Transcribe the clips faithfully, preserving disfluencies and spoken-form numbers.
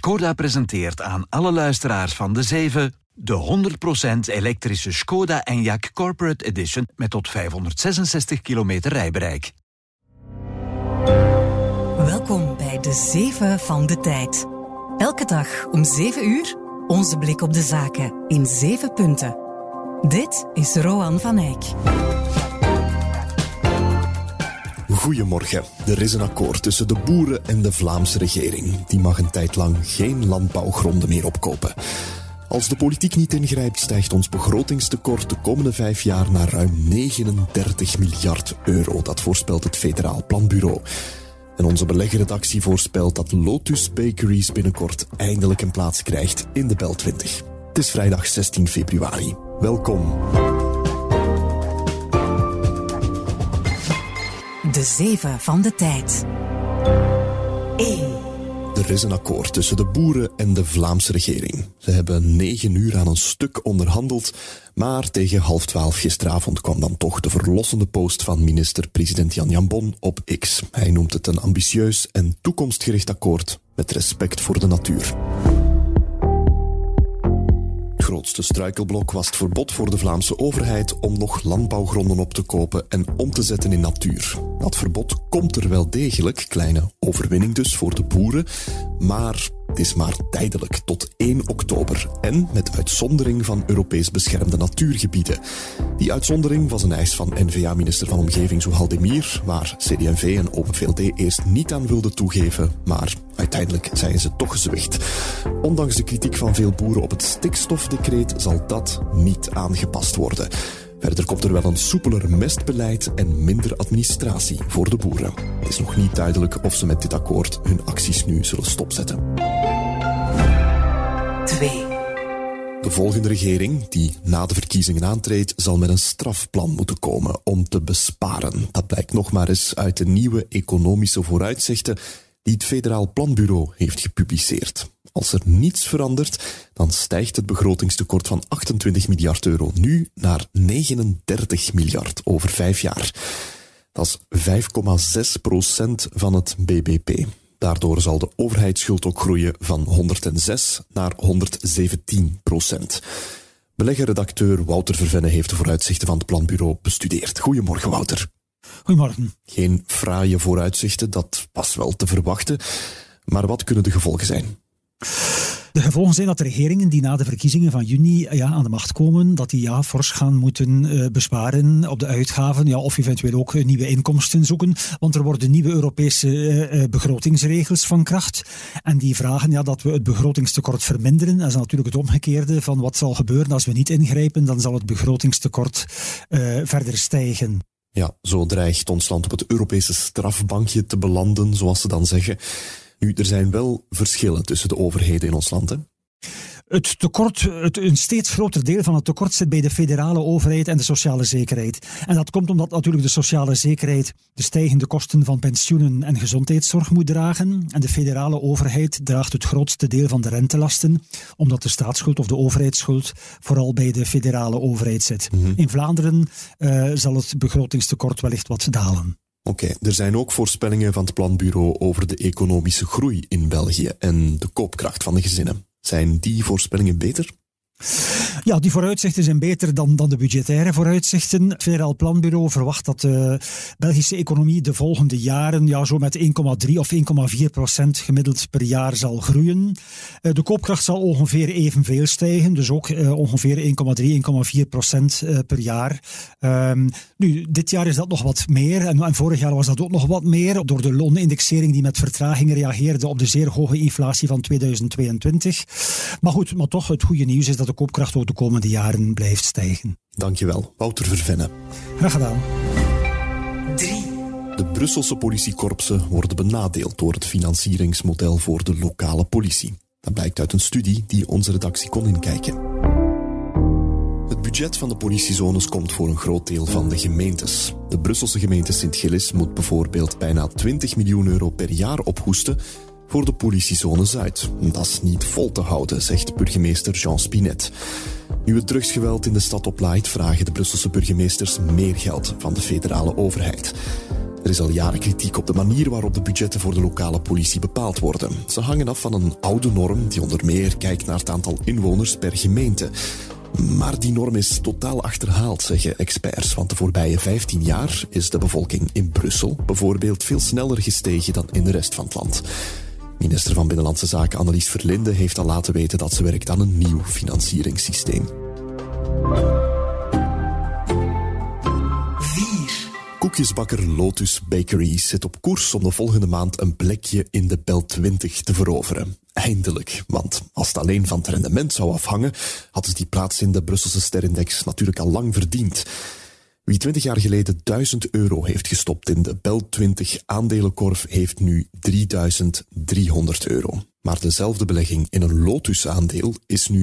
Skoda presenteert aan alle luisteraars van De Zeven de honderd procent elektrische Skoda Enyaq Corporate Edition met tot vijfhonderdzesenzestig kilometer rijbereik. Welkom bij De Zeven van de Tijd. Elke dag om zeven uur onze blik op de zaken in zeven punten. Dit is Roan van Eyck. Goedemorgen. Er is een akkoord tussen de boeren en de Vlaamse regering. Die mag een tijd lang geen landbouwgronden meer opkopen. Als de politiek niet ingrijpt, stijgt ons begrotingstekort de komende vijf jaar naar ruim negenendertig miljard euro. Dat voorspelt het Federaal Planbureau. En onze beleggerredactie voorspelt dat Lotus Bakeries binnenkort eindelijk een plaats krijgt in de Bel twintig. Het is vrijdag zestien februari. Welkom. De Zeven van de Tijd. één. Er is een akkoord tussen de boeren en de Vlaamse regering. Ze hebben negen uur aan een stuk onderhandeld, maar tegen half twaalf gisteravond kwam dan toch de verlossende post van minister-president Jan Jambon op X. Hij noemt het een ambitieus en toekomstgericht akkoord met respect voor de natuur. Het grootste struikelblok was het verbod voor de Vlaamse overheid om nog landbouwgronden op te kopen en om te zetten in natuur. Dat verbod komt er wel degelijk, kleine overwinning dus voor de boeren, maar het is maar tijdelijk tot één oktober en met uitzondering van Europees beschermde natuurgebieden. Die uitzondering was een eis van N V A-minister van Omgeving Zuhal Demir, waar C D en V en Open V L D eerst niet aan wilden toegeven, maar uiteindelijk zijn ze toch gezwicht. Ondanks de kritiek van veel boeren op het stikstofdecreet zal dat niet aangepast worden. Verder komt er wel een soepeler mestbeleid en minder administratie voor de boeren. Het is nog niet duidelijk of ze met dit akkoord hun acties nu zullen stopzetten. twee. De volgende regering, die na de verkiezingen aantreedt, zal met een strafplan moeten komen om te besparen. Dat blijkt nog maar eens uit de nieuwe economische vooruitzichten die het Federaal Planbureau heeft gepubliceerd. Als er niets verandert, dan stijgt het begrotingstekort van achtentwintig miljard euro nu naar negenendertig miljard over vijf jaar. Dat is vijf komma zes procent van het B B P. Daardoor zal de overheidsschuld ook groeien van honderdzes naar honderdzeventien procent. Beleggerredacteur Wouter Vervenne heeft de vooruitzichten van het Planbureau bestudeerd. Goedemorgen, Wouter. Goedemorgen. Geen fraaie vooruitzichten, dat was wel te verwachten. Maar wat kunnen de gevolgen zijn? De gevolgen zijn dat de regeringen die na de verkiezingen van juni ja, aan de macht komen, dat die ja, fors gaan moeten uh, besparen op de uitgaven, ja, of eventueel ook uh, nieuwe inkomsten zoeken. Want er worden nieuwe Europese uh, begrotingsregels van kracht. En die vragen ja, dat we het begrotingstekort verminderen. Dat is natuurlijk het omgekeerde van wat zal gebeuren als we niet ingrijpen. Dan zal het begrotingstekort uh, verder stijgen. Ja, zo dreigt ons land op het Europese strafbankje te belanden, zoals ze dan zeggen. Nu, er zijn wel verschillen tussen de overheden in ons land, hè? Het tekort, het, een steeds groter deel van het tekort zit bij de federale overheid en de sociale zekerheid. En dat komt omdat natuurlijk de sociale zekerheid de stijgende kosten van pensioenen en gezondheidszorg moet dragen. En de federale overheid draagt het grootste deel van de rentelasten, omdat de staatsschuld of de overheidsschuld vooral bij de federale overheid zit. Mm-hmm. In Vlaanderen uh, zal het begrotingstekort wellicht wat dalen. Oké, okay, er zijn ook voorspellingen van het Planbureau over de economische groei in België en de koopkracht van de gezinnen. Zijn die voorspellingen beter? Ja, die vooruitzichten zijn beter dan, dan de budgettaire vooruitzichten. Het Federaal Planbureau verwacht dat de Belgische economie de volgende jaren ja, zo met één komma drie of één komma vier procent gemiddeld per jaar zal groeien. De koopkracht zal ongeveer evenveel stijgen, dus ook uh, ongeveer één komma drie, één komma vier procent uh, per jaar. Um, nu, dit jaar is dat nog wat meer en, en vorig jaar was dat ook nog wat meer door de loonindexering die met vertraging reageerde op de zeer hoge inflatie van tweeduizend tweeëntwintig. Maar goed, maar toch, het goede nieuws is dat de koopkracht ook de komende jaren blijft stijgen. Dankjewel, Wouter Vervenne. Graag gedaan. drie. De Brusselse politiekorpsen worden benadeeld door het financieringsmodel voor de lokale politie. Dat blijkt uit een studie die onze redactie kon inkijken. Het budget van de politiezones komt voor een groot deel van de gemeentes. De Brusselse gemeente Sint-Gilles moet bijvoorbeeld bijna twintig miljoen euro per jaar ophoesten voor de politiezone Zuid. Dat is niet vol te houden, zegt burgemeester Jean Spinet. Nu het drugsgeweld in de stad oplaait, vragen de Brusselse burgemeesters meer geld van de federale overheid. Er is al jaren kritiek op de manier waarop de budgetten voor de lokale politie bepaald worden. Ze hangen af van een oude norm die onder meer kijkt naar het aantal inwoners per gemeente. Maar die norm is totaal achterhaald, zeggen experts. Want de voorbije vijftien jaar is de bevolking in Brussel bijvoorbeeld veel sneller gestegen dan in de rest van het land. Minister van Binnenlandse Zaken Annelies Verlinde heeft al laten weten dat ze werkt aan een nieuw financieringssysteem. Koekjesbakker Lotus Bakery zit op koers om de volgende maand een plekje in de Bel twintig te veroveren. Eindelijk, want als het alleen van het rendement zou afhangen, hadden ze die plaats in de Brusselse Ster-index natuurlijk al lang verdiend. Wie twintig jaar geleden duizend euro heeft gestopt in de Bel twintig aandelenkorf, heeft nu drieduizend driehonderd euro. Maar dezelfde belegging in een Lotus-aandeel is nu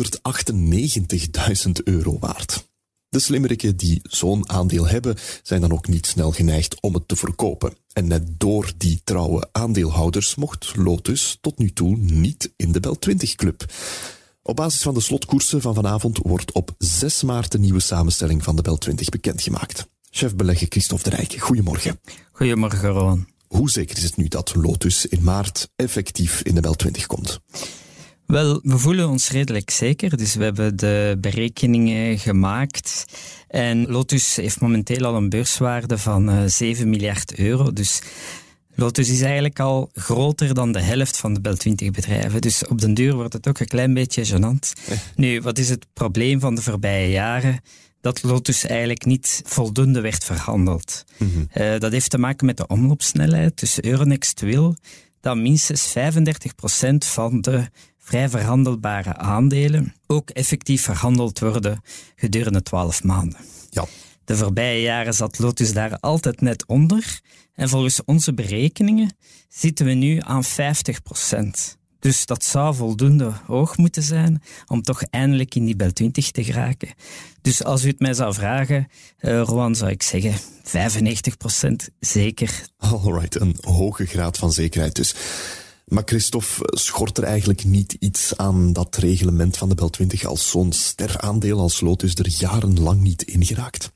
honderdachtennegentigduizend euro waard. De slimmerikken die zo'n aandeel hebben, zijn dan ook niet snel geneigd om het te verkopen. En net door die trouwe aandeelhouders mocht Lotus tot nu toe niet in de Bel twintig club. Op basis van de slotkoersen van vanavond wordt op zes maart de nieuwe samenstelling van de Bel twintig bekendgemaakt. Chef belegger Christophe de Rijk, goedemorgen. Goedemorgen, Rowan. Hoe zeker is het nu dat Lotus in maart effectief in de Bel twintig komt? Wel, we voelen ons redelijk zeker. Dus we hebben de berekeningen gemaakt. En Lotus heeft momenteel al een beurswaarde van uh, zeven miljard euro. Dus Lotus is eigenlijk al groter dan de helft van de Bel twintig bedrijven. Dus op den duur wordt het ook een klein beetje gênant. Eh. Nu, wat is het probleem van de voorbije jaren? Dat Lotus eigenlijk niet voldoende werd verhandeld. Mm-hmm. Uh, dat heeft te maken met de omloopsnelheid. Dus Euronext wil dat minstens vijfendertig procent van de vrij verhandelbare aandelen ook effectief verhandeld worden gedurende twaalf maanden. Ja. De voorbije jaren zat Lotus daar altijd net onder. En volgens onze berekeningen zitten we nu aan vijftig procent. Dus dat zou voldoende hoog moeten zijn om toch eindelijk in die Bel twintig te geraken. Dus als u het mij zou vragen, uh, Rowan, zou ik zeggen vijfennegentig procent zeker. Alright, een hoge graad van zekerheid dus. Maar Christophe, schort er eigenlijk niet iets aan dat reglement van de Bel twintig als zo'n steraandeel als Lotus er jarenlang niet in geraakt?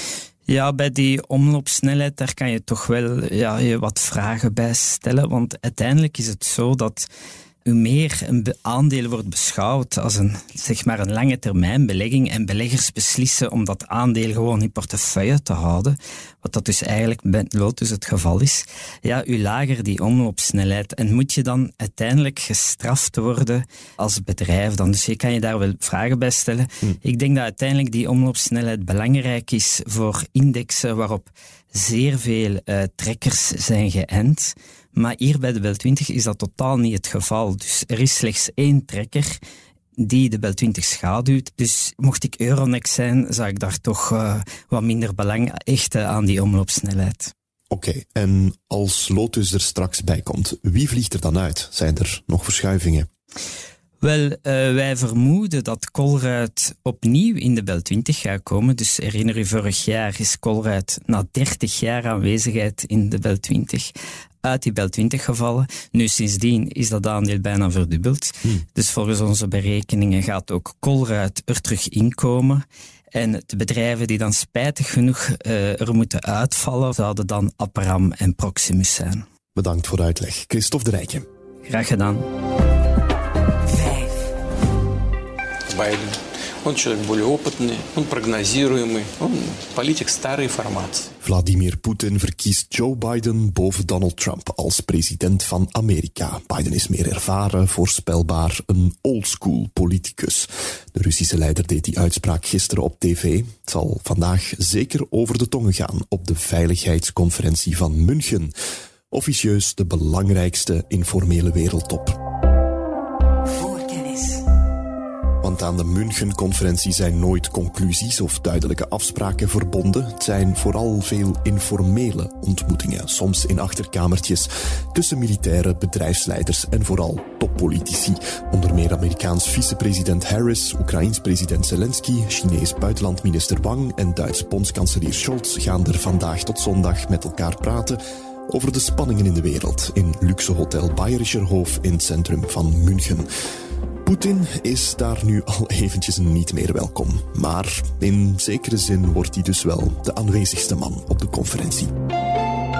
Ja, bij die omloopsnelheid, daar kan je toch wel ja, je wat vragen bij stellen. Want uiteindelijk is het zo dat hoe meer een aandeel wordt beschouwd als een, zeg maar een lange termijn belegging en beleggers beslissen om dat aandeel gewoon in portefeuille te houden, wat dat dus eigenlijk bij Lotus het geval is, ja, hoe lager die omloopsnelheid. En moet je dan uiteindelijk gestraft worden als bedrijf dan? Dus je kan je daar wel vragen bij stellen. Hm. Ik denk dat uiteindelijk die omloopsnelheid belangrijk is voor indexen waarop zeer veel uh, trekkers zijn geënt. Maar hier bij de Bel twintig is dat totaal niet het geval. Dus er is slechts één trekker die de Bel twintig schaduwt. Dus mocht ik Euronext zijn, zou ik daar toch uh, wat minder belang hechten aan die omloopsnelheid. Oké, okay, en als Lotus er straks bij komt, wie vliegt er dan uit? Zijn er nog verschuivingen? Wel, uh, wij vermoeden dat Colruyt opnieuw in de Bel twintig gaat komen. Dus herinner u, vorig jaar is Colruyt na dertig jaar aanwezigheid in de Bel twintig uit die Bel twintig gevallen. Nu, sindsdien is dat aandeel bijna verdubbeld. Hmm. Dus volgens onze berekeningen gaat ook Colruyt er terug inkomen. En de bedrijven die dan spijtig genoeg uh, er moeten uitvallen, zouden dan Aperam en Proximus zijn. Bedankt voor de uitleg. Christophe de Rijke. Graag gedaan. Байден. Он человек более опытный, он прогнозируемый, он политик старой формации. Vladimir Poetin verkiest Joe Biden boven Donald Trump als president van Amerika. Biden is meer ervaren, voorspelbaar, een oldschool politicus. De Russische leider deed die uitspraak gisteren op tv. Het zal vandaag zeker over de tongen gaan op de veiligheidsconferentie van München. Officieus de belangrijkste informele wereldtop. Want aan de München-conferentie zijn nooit conclusies of duidelijke afspraken verbonden. Het zijn vooral veel informele ontmoetingen, soms in achterkamertjes, tussen militairen, bedrijfsleiders en vooral toppolitici. Onder meer Amerikaans vicepresident Harris, Oekraïens president Zelensky, Chinees buitenlandminister Wang en Duits bondskanselier Scholz gaan er vandaag tot zondag met elkaar praten over de spanningen in de wereld in luxe hotel Bayerischer Hof in het centrum van München. Poetin is daar nu al eventjes niet meer welkom. Maar in zekere zin wordt hij dus wel de aanwezigste man op de conferentie.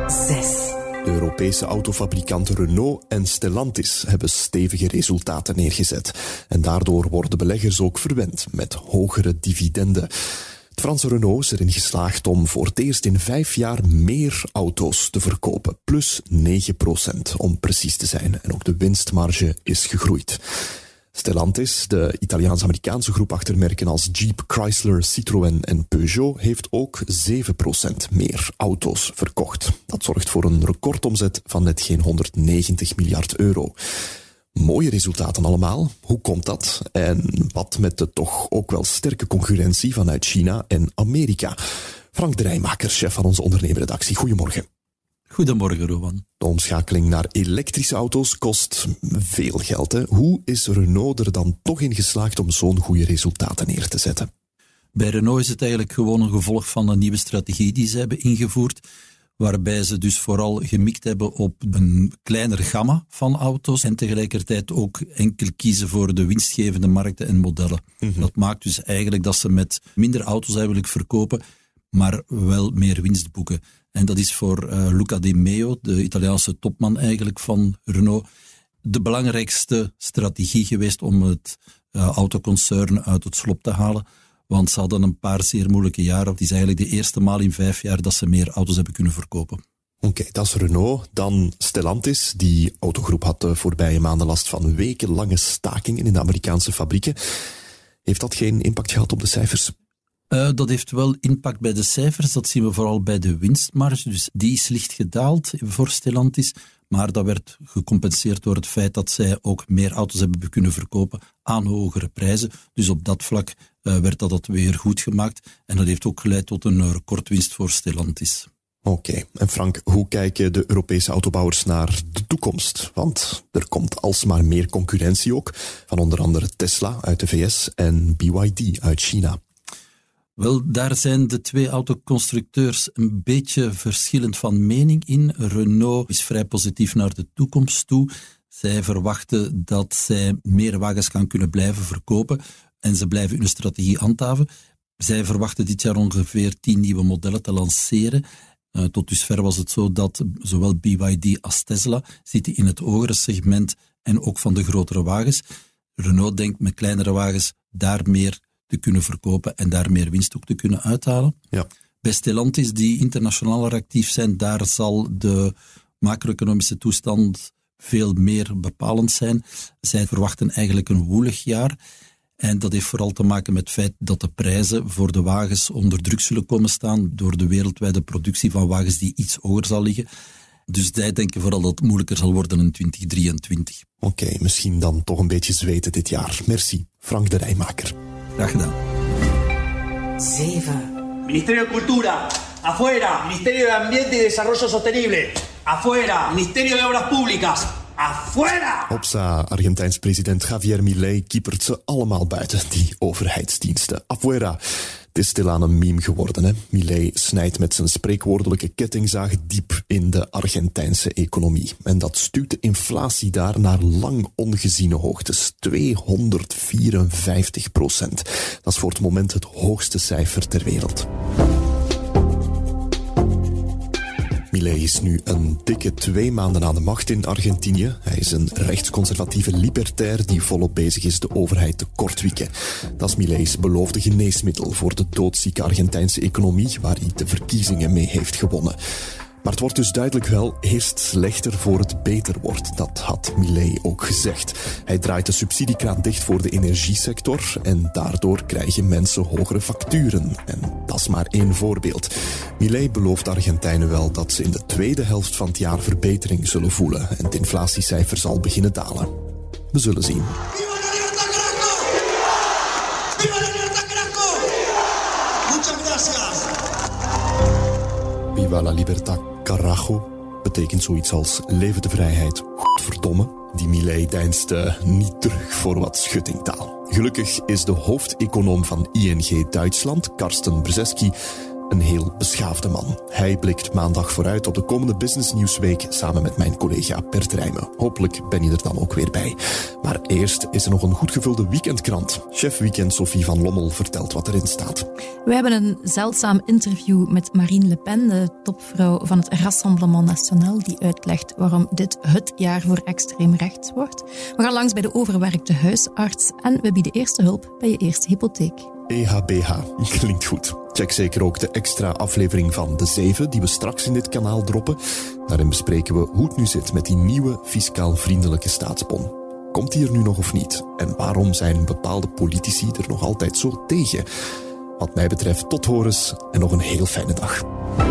zes. De Europese autofabrikanten Renault en Stellantis hebben stevige resultaten neergezet. En daardoor worden beleggers ook verwend met hogere dividenden. Het Franse Renault is erin geslaagd om voor het eerst in vijf jaar meer auto's te verkopen. Plus negen procent om precies te zijn. En ook de winstmarge is gegroeid. Stellantis, de Italiaans-Amerikaanse groep achter merken als Jeep, Chrysler, Citroën en Peugeot, heeft ook zeven procent meer auto's verkocht. Dat zorgt voor een recordomzet van net geen honderdnegentig miljard euro. Mooie resultaten allemaal. Hoe komt dat? En wat met de toch ook wel sterke concurrentie vanuit China en Amerika? Frank de Rijmaker, chef van onze ondernemerredactie. Goedemorgen. Goedemorgen, Rowan. De omschakeling naar elektrische auto's kost veel geld. Hè? Hoe is Renault er dan toch in geslaagd om zo'n goede resultaten neer te zetten? Bij Renault is het eigenlijk gewoon een gevolg van een nieuwe strategie die ze hebben ingevoerd, waarbij ze dus vooral gemikt hebben op een kleiner gamma van auto's en tegelijkertijd ook enkel kiezen voor de winstgevende markten en modellen. Mm-hmm. Dat maakt dus eigenlijk dat ze met minder auto's eigenlijk verkopen, maar wel meer winst boeken. En dat is voor uh, Luca Di Meo, de Italiaanse topman eigenlijk van Renault, de belangrijkste strategie geweest om het uh, autoconcern uit het slop te halen. Want ze hadden een paar zeer moeilijke jaren. Het is eigenlijk de eerste maal in vijf jaar dat ze meer auto's hebben kunnen verkopen. Oké, okay, dat is Renault. Dan Stellantis. Die autogroep had de voorbije maanden last van wekenlange stakingen in de Amerikaanse fabrieken. Heeft dat geen impact gehad op de cijfers? Uh, dat heeft wel impact bij de cijfers. Dat zien we vooral bij de winstmarge. Dus die is licht gedaald voor Stellantis. Maar dat werd gecompenseerd door het feit dat zij ook meer auto's hebben kunnen verkopen aan hogere prijzen. Dus op dat vlak uh, werd dat, dat weer goed gemaakt. En dat heeft ook geleid tot een recordwinst voor Stellantis. Oké, okay. En Frank, hoe kijken de Europese autobouwers naar de toekomst? Want er komt alsmaar meer concurrentie ook, van onder andere Tesla uit de V S en B Y D uit China. Wel, daar zijn de twee autoconstructeurs een beetje verschillend van mening in. Renault is vrij positief naar de toekomst toe. Zij verwachten dat zij meer wagens gaan kunnen blijven verkopen en ze blijven hun strategie handhaven. Zij verwachten dit jaar ongeveer tien nieuwe modellen te lanceren. Uh, tot dusver was het zo dat zowel B Y D als Tesla zitten in het hogere segment en ook van de grotere wagens. Renault denkt met kleinere wagens daar meer te kunnen verkopen en daar meer winst ook te kunnen uithalen. Ja. Bij Stellantis, die internationaler actief zijn, daar zal de macro-economische toestand veel meer bepalend zijn. Zij verwachten eigenlijk een woelig jaar. En dat heeft vooral te maken met het feit dat de prijzen voor de wagens onder druk zullen komen staan door de wereldwijde productie van wagens die iets hoger zal liggen. Dus zij denken vooral dat het moeilijker zal worden in twintig drieëntwintig. Oké, okay, misschien dan toch een beetje zweten dit jaar. Merci, Frank de Rijmaker. Graag gedaan. zeven. Ministerio de Cultura, afuera. Ministerio de Ambiente y Desarrollo Sostenible, afuera. Ministerio de Obras Públicas, afuera. Hopsa, Argentijns president Javier Milei kiepert ze allemaal buiten, die overheidsdiensten. Afuera. Het is stilaan een meme geworden. Hè? Milei snijdt met zijn spreekwoordelijke kettingzaag diep in de Argentijnse economie. En dat stuwt de inflatie daar naar lang ongeziene hoogtes. tweehonderdvierenvijftig procent. Dat is voor het moment het hoogste cijfer ter wereld. Milei is nu een dikke twee maanden aan de macht in Argentinië. Hij is een rechtsconservatieve libertair die volop bezig is de overheid te kortwikken. Dat is Milei's beloofde geneesmiddel voor de doodzieke Argentijnse economie, waar hij de verkiezingen mee heeft gewonnen. Maar het wordt dus duidelijk wel eerst slechter voor het beter wordt. Dat had Milei ook gezegd. Hij draait de subsidiekraan dicht voor de energiesector en daardoor krijgen mensen hogere facturen. En dat is maar één voorbeeld. Milei belooft de Argentijnen wel dat ze in de tweede helft van het jaar verbetering zullen voelen en het inflatiecijfer zal beginnen dalen. We zullen zien. Viva la libertad, carajo! Viva la libertad, carajo! Muchas gracias. Viva la libertad, carajo, betekent zoiets als leven de vrijheid. Godverdomme, die Milei deinst uh, niet terug voor wat schuttingtaal. Gelukkig is de hoofdeconoom van I N G Duitsland, Karsten Brzeski, Een heel beschaafde man. Hij blikt maandag vooruit op de komende Business Nieuwsweek samen met mijn collega Bert Rijmen. Hopelijk ben je er dan ook weer bij. Maar eerst is er nog een goed gevulde weekendkrant. Chef Weekend Sophie van Lommel vertelt wat erin staat. We hebben een zeldzaam interview met Marine Le Pen, de topvrouw van het Rassemblement National, die uitlegt waarom dit het jaar voor extreem rechts wordt. We gaan langs bij de overwerkte huisarts en we bieden eerste hulp bij je eerste hypotheek. E H B H, klinkt goed. Check zeker ook de extra aflevering van De Zeven, die we straks in dit kanaal droppen. Daarin bespreken we hoe het nu zit met die nieuwe fiscaal vriendelijke staatsbon. Komt die er nu nog of niet? En waarom zijn bepaalde politici er nog altijd zo tegen? Wat mij betreft, tot horens en nog een heel fijne dag.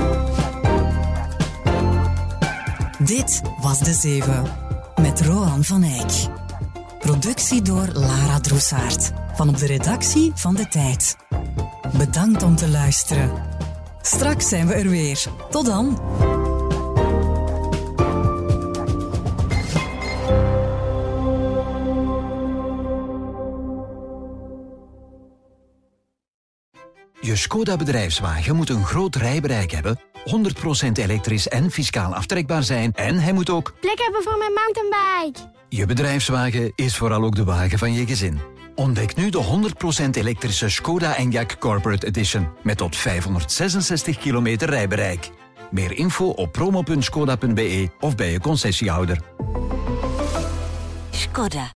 Dit was De Zeven, met Roan van Eyck. Productie door Lara Droesaert, van op de redactie van De Tijd. Bedankt om te luisteren. Straks zijn we er weer. Tot dan. Je Škoda bedrijfswagen moet een groot rijbereik hebben, honderd procent elektrisch en fiscaal aftrekbaar zijn en hij moet ook plek hebben voor mijn mountainbike. Je bedrijfswagen is vooral ook de wagen van je gezin. Ontdek nu de honderd procent elektrische Škoda Enyaq Corporate Edition met tot vijfhonderdzesenzestig kilometer rijbereik. Meer info op promo punt skoda punt be of bij je concessiehouder. Škoda.